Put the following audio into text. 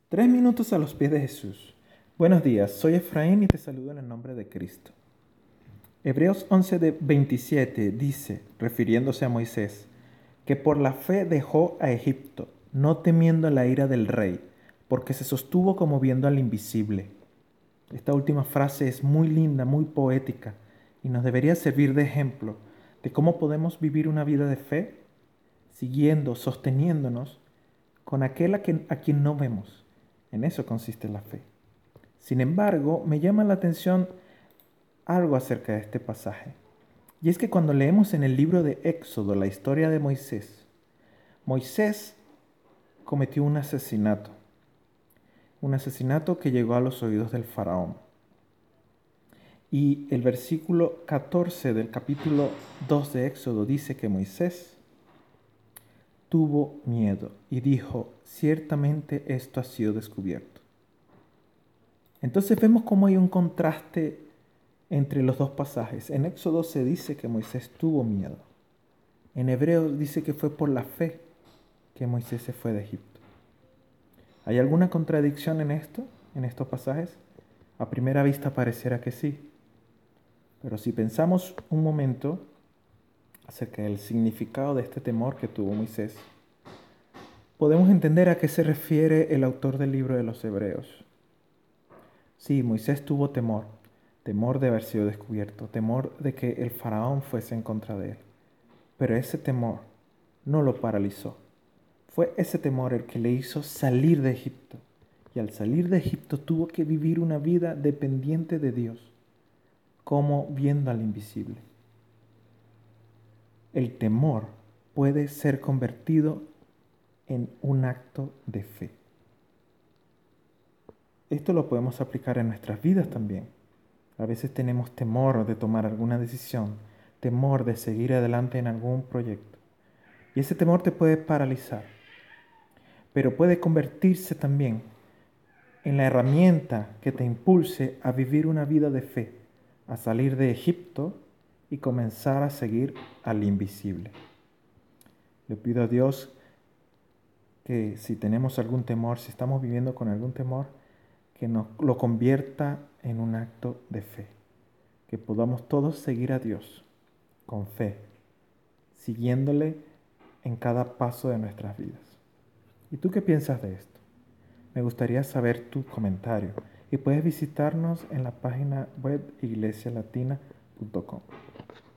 3 minutos a los pies de Jesús. Buenos días, soy Efraín y te saludo en el nombre de Cristo. Hebreos 11:27 dice, refiriéndose a Moisés, que por la fe dejó a Egipto, no temiendo la ira del rey, porque se sostuvo como viendo al invisible. Esta última frase es muy linda, muy poética, y nos debería servir de ejemplo de cómo podemos vivir una vida de fe, siguiendo, sosteniéndonos con aquel a quien no vemos. En eso consiste la fe. Sin embargo, me llama la atención algo acerca de este pasaje. Y es que cuando leemos en el libro de Éxodo la historia de Moisés, Moisés cometió un asesinato que llegó a los oídos del faraón. Y el versículo 14 del capítulo 2 de Éxodo dice que Moisés tuvo miedo y dijo, ciertamente esto ha sido descubierto. Entonces vemos cómo hay un contraste entre los dos pasajes. En Éxodo se dice que Moisés tuvo miedo. En Hebreos dice que fue por la fe que Moisés se fue de Egipto. ¿Hay alguna contradicción en esto, en estos pasajes? A primera vista pareciera que sí. Pero si pensamos un momento acerca del significado de este temor que tuvo Moisés, podemos entender a qué se refiere el autor del libro de los Hebreos. Sí, Moisés tuvo temor de haber sido descubierto, temor de que el faraón fuese en contra de él. Pero ese temor no lo paralizó. Fue ese temor el que le hizo salir de Egipto. Y al salir de Egipto tuvo que vivir una vida dependiente de Dios, como viendo al invisible. El temor puede ser convertido en un acto de fe. Esto lo podemos aplicar en nuestras vidas también. A veces tenemos temor de tomar alguna decisión, temor de seguir adelante en algún proyecto. Y ese temor te puede paralizar, pero puede convertirse también en la herramienta que te impulse a vivir una vida de fe, a salir de Egipto y comenzar a seguir al invisible. Le pido a Dios que si tenemos algún temor, si estamos viviendo con algún temor, que nos lo convierta en un acto de fe, que podamos todos seguir a Dios con fe, siguiéndole en cada paso de nuestras vidas. ¿Y tú qué piensas de esto? Me gustaría saber tu comentario y puedes visitarnos en la página web iglesialatina.com.